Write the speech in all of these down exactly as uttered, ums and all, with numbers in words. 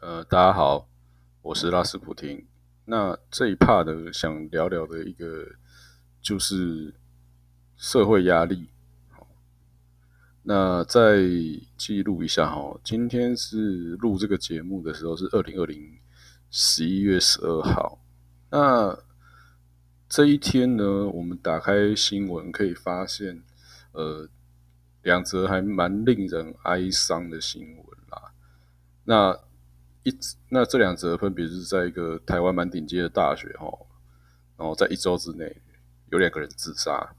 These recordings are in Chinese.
呃，大家好，我是拉斯普廷。那这一 part 呢，想聊聊的一个就是社会压力。那再记录一下哈，今天是录这个节目的时候是二零二零十一月十二号。那这一天呢，我们打开新闻可以发现，呃，两则还蛮令人哀伤的新闻啦。那一那这两则分别是在一个台湾蛮顶尖的大学哈，然后在一周之内有两个人自杀。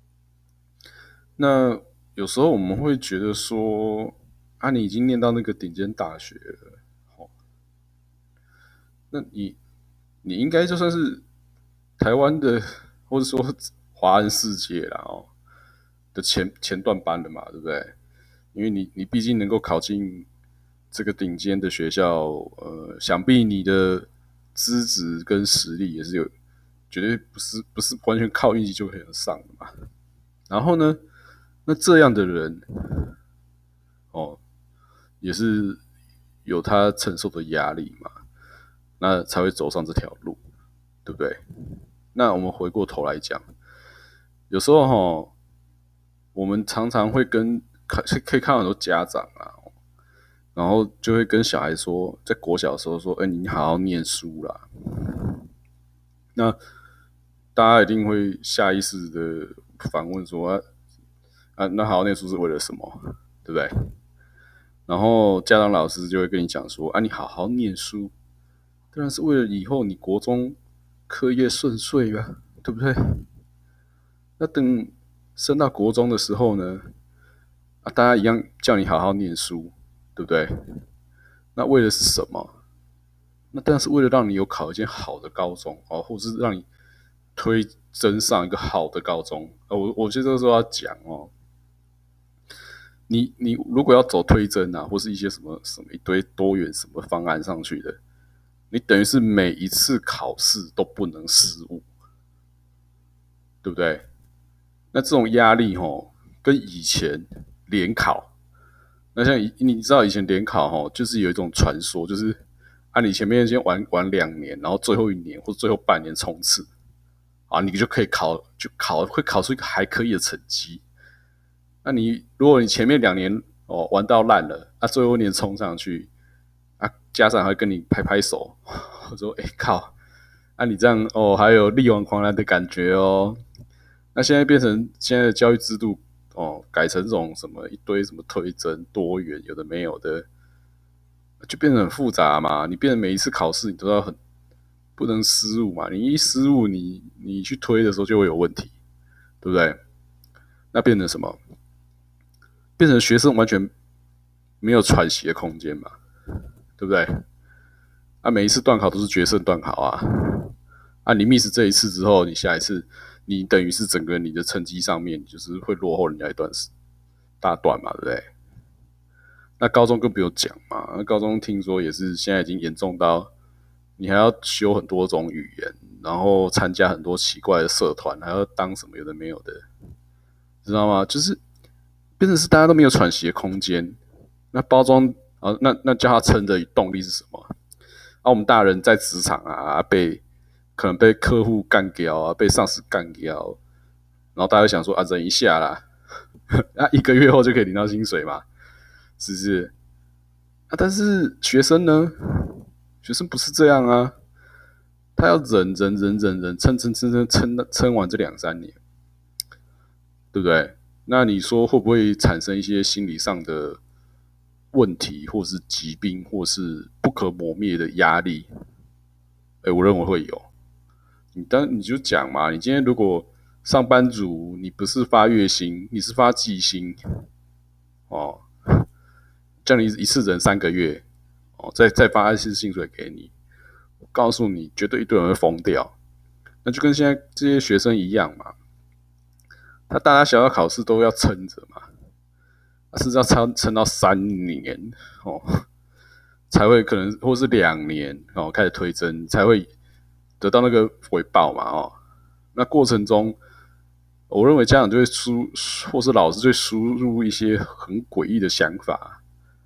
那有时候我们会觉得说，啊，你已经念到那个顶尖大学了，哦，那你你应该就算是台湾的，或者说华人世界啦哦的前前段班的嘛，对不对？因为你你毕竟能够考进这个顶尖的学校，呃，想必你的资质跟实力也是有，绝对不是不是完全靠运气就可以上的嘛。然后呢，那这样的人，哦，也是有他承受的压力嘛，那才会走上这条路，对不对？那我们回过头来讲，有时候哈，我们常常会跟可以看到很多家长啊，然后就会跟小孩说，在国小的时候说：“哎、欸，你好好念书啦。”那大家一定会下意识的反问说：“啊，啊那好好念书是为了什么？对不对？”然后家长老师就会跟你讲说：“啊，你好好念书，当然是为了以后你国中课业顺遂啊，对不对？那等升到国中的时候呢，啊，大家一样叫你好好念书，对不对？那为的是什么？那当然是为了让你有考一间好的高中哦，或者是让你推甄上一个好的高中。呃、我我觉得这个时候要讲哦，你你如果要走推甄啊，或是一些什么什么一堆多元什么方案上去的，你等于是每一次考试都不能失误，对不对？那这种压力吼，跟以前联考，那像你知道以前联考吼，就是有一种传说，就是啊，你前面先玩玩两年，然后最后一年或者最后半年冲刺，啊，你就可以考，就考会考出一个还可以的成绩。那你如果你前面两年哦玩到烂了，啊，最后一年冲上去，啊，家长还会跟你拍拍手，说：“哎、欸、靠，啊你这样哦，还有力挽狂澜的感觉哦。”那现在变成现在的教育制度哦，改成这种什么一堆什么推甄多元，有的没有的，就变得很复杂嘛。你变成每一次考试你都要很不能失误嘛，你一失误你你去推的时候就会有问题，对不对？那变成什么？变成学生完全没有喘息的空间嘛，对不对？啊，每一次段考都是决胜段考啊，啊，你 miss 这一次之后，你下一次你等于是整个你的成绩上面就是会落后人家一段大段嘛，对不对？那高中更不用讲嘛，那高中听说也是现在已经严重到你还要修很多种语言，然后参加很多奇怪的社团，还要当什么有的没有的，知道吗？就是变成是大家都没有喘息的空间。那包装啊，那那叫他撑的动力是什么？啊，我们大人在职场啊，被可能被客户干掉啊，被上司干掉，然后大家想说啊，忍一下啦，那、啊、一个月后就可以领到薪水嘛，是不是？啊，但是学生呢？学生不是这样啊，他要忍忍忍忍忍，撑撑撑撑撑撑完这两三年，对不对？那你说会不会产生一些心理上的问题，或是疾病，或是不可磨灭的压力？哎，我认为会有。你当你就讲嘛，你今天如果上班族，你不是发月薪，你是发季薪，哦，叫你一次忍三个月，哦，再再发一次薪水给你，我告诉你，绝对一堆人会疯掉。那就跟现在这些学生一样嘛，他大家小小考试都要撑着嘛，是要撑撑到三年哦，才会可能或是两年哦开始推甄，才会得到那个回报嘛哦。那过程中，我认为家长就会输，或是老师就会输入一些很诡异的想法，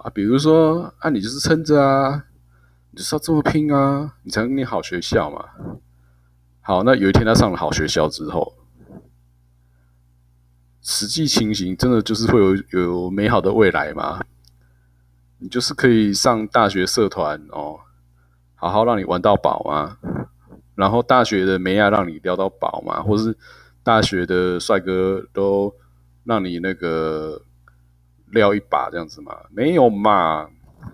啊，比如说啊，你就是撑着啊，你就是要这么拼啊，你才能念好学校嘛。好，那有一天他上了好学校之后，实际情形真的就是会有有美好的未来吗？你就是可以上大学社团哦，好好让你玩到饱吗？然后大学的妹啊让你撩到饱吗？或是大学的帅哥都让你那个撩一把这样子吗？没有嘛，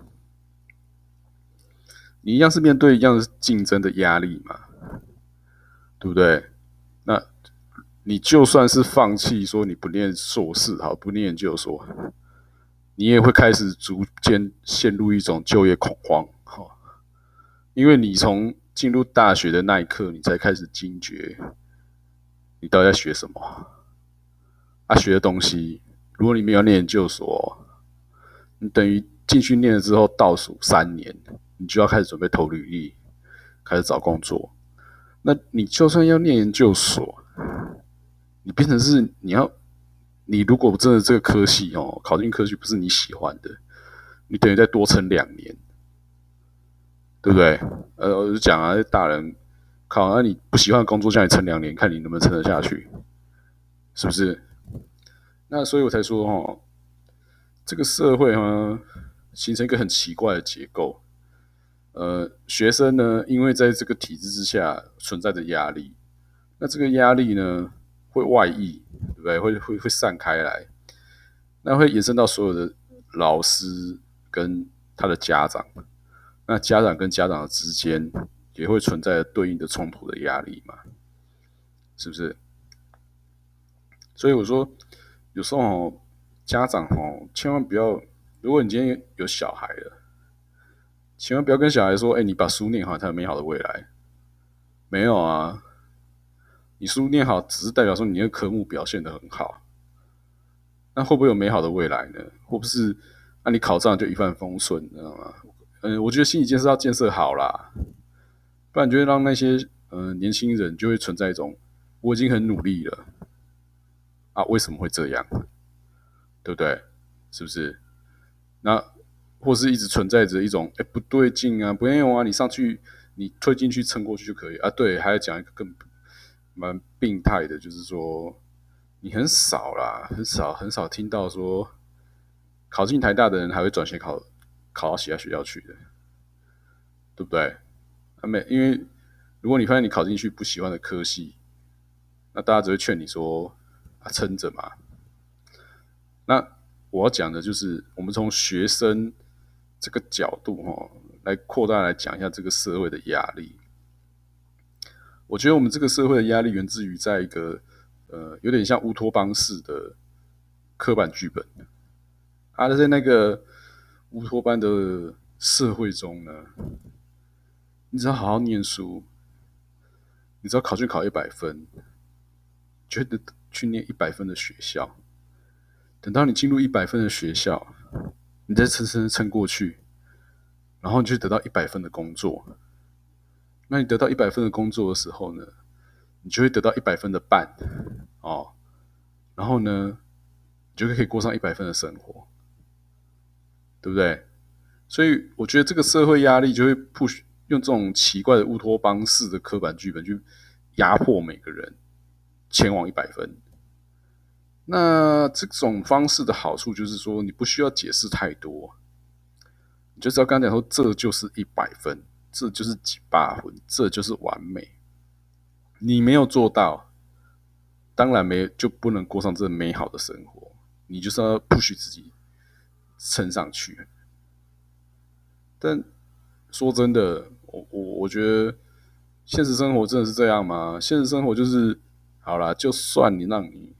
你一样是面对一样竞争的压力嘛，对不对？那你就算是放弃说你不念硕士，好，不念研究所，你也会开始逐渐陷入一种就业恐慌，好，因为你从进入大学的那一刻，你才开始惊觉你到底在学什么啊？学的东西，如果你没有念研究所，你等于进去念了之后倒数三年，你就要开始准备投履历，开始找工作。那你就算要念研究所，你变成是你要，你如果真的这个科系哦，考进科系不是你喜欢的，你等于再多撑两年，对不对？呃，我就讲啊，大人考，那、啊、你不喜欢的工作，叫你撑两年，看你能不能撑得下去，是不是？那所以我才说哦，这个社会呢，形成一个很奇怪的结构。呃，学生呢，因为在这个体制之下存在着压力，那这个压力呢，会外溢，对不对？会会会散开来，那会延伸到所有的老师跟他的家长，那家长跟家长的之间也会存在对应的冲突的压力嘛，是不是？所以我说，有时候哦，家长哦，千万不要，如果你今天有小孩了，千万不要跟小孩说，哎、欸，你把书念好，才有美好的未来。没有啊，你书念好，只是代表说你的科目表现得很好，那会不会有美好的未来呢？或不是，那、啊、你考上就一帆风顺，你知道吗？嗯，我觉得心理建设要建设好啦，不然就会让那些嗯、呃、年轻人就会存在一种我已经很努力了啊，为什么会这样？对不对？是不是？那或是一直存在着一种哎不对劲啊，不用啊，你上去你推进去撑过去就可以啊。对，还要讲一个更蛮病态的，就是说你很少啦，很少很少听到说考进台大的人还会转学考考到其他学校去的，对不对？啊没，因为如果你发现你考进去不喜欢的科系，那大家只会劝你说啊撑着嘛。那我要讲的就是，我们从学生这个角度哈，来扩大来讲一下这个社会的压力。我觉得我们这个社会的压力源自于在一个呃有点像乌托邦式的刻板剧本。啊，在那个乌托邦的社会中呢，你只要好好念书，你只要考卷考一百分，就得去念一百分的学校。等到你进入一百分的学校，你再撑撑撑过去，然后你就得到一百分的工作。那你得到一百分的工作的时候呢，你就会得到一百分的伴哦，然后呢，你就可以过上一百分的生活，对不对？所以我觉得这个社会压力就会 push 用这种奇怪的乌托邦式的刻板剧本去压迫每个人前往一百分。那这种方式的好处就是说，你不需要解释太多，你就知道刚才讲说这就是一百分，这就是几百分，这就是完美。你没有做到，当然没就不能过上这美好的生活。你就是要 push 自己撑上去。但说真的，我我我觉得现实生活真的是这样吗？现实生活就是好啦，就算你让你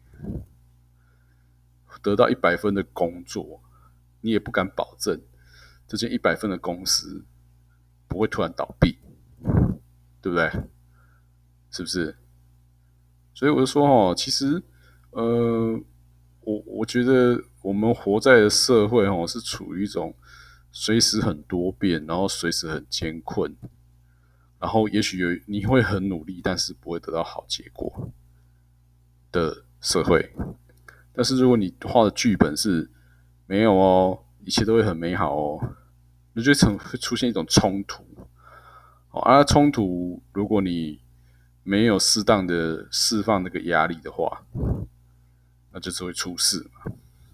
得到一百分的工作，你也不敢保证这间一百分的公司不会突然倒闭，对不对？是不是？所以我就说哦，其实呃，我我觉得我们活在的社会哦，是处于一种随时很多变，然后随时很艰困，然后也许有你会很努力，但是不会得到好结果的社会。但是如果你画的剧本是没有哦， 一切都会很美好哦，那就会会出现一种冲突。哦，啊，冲突如果你没有适当的释放那个压力的话，那就是会出事嘛，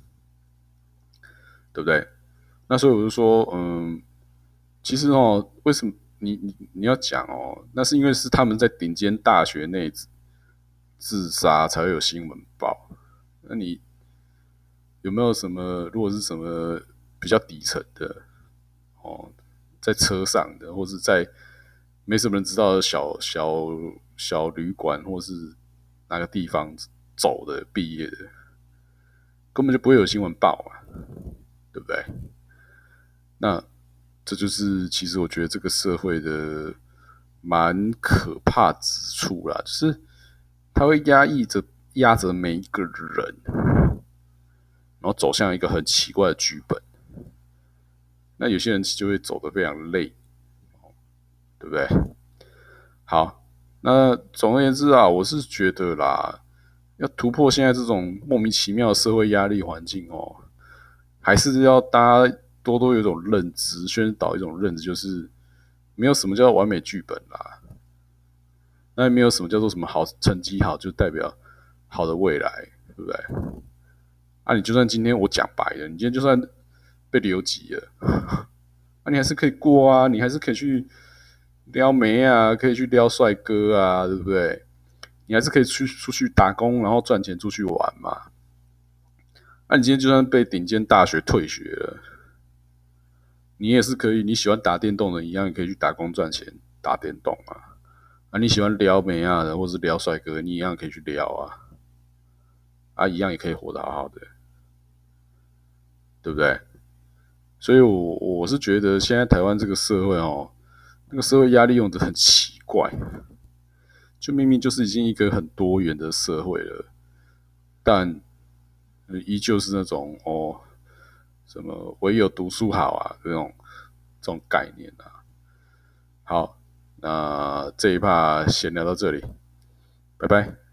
对不对？那所以我就说，嗯，其实哦，为什么你你你要讲哦？那是因为是他们在顶尖大学内自杀才会有新闻报。那你有没有什么？如果是什么比较底层的哦，在车上的，或是在没什么人知道的小小小旅馆，或是哪个地方走的毕业的，根本就不会有新闻报嘛，对不对？那这就是其实我觉得这个社会的蛮可怕之处啦，就是它会压抑着压着每一个人，然后走向一个很奇怪的剧本。那有些人就会走得非常累，对不对？好，那总而言之啊，我是觉得啦，要突破现在这种莫名其妙的社会压力环境哦，还是要大家多多有一种认知，宣导一种认知，就是没有什么叫完美剧本啦，那也没有什么叫做什么好成绩好就代表好的未来，对不对？啊，你就算今天我讲白了，你今天就算被留级了，啊，你还是可以过啊，你还是可以去撩妹啊，可以去撩帅哥啊，对不对？你还是可以去出去打工，然后赚钱出去玩嘛。那、啊、你今天就算被顶尖大学退学了，你也是可以，你喜欢打电动的，一样也可以去打工赚钱打电动啊。啊，你喜欢撩妹啊的，或是撩帅哥，你一样可以去撩啊。啊，一样也可以活得好好的，对不对？所以我我是觉得现在台湾这个社会哦，那个社会压力用的很奇怪，就明明就是已经一个很多元的社会了，但依旧是那种哦，什么唯有读书好啊这种这种概念啊。好，那这一趴先聊到这里，拜拜。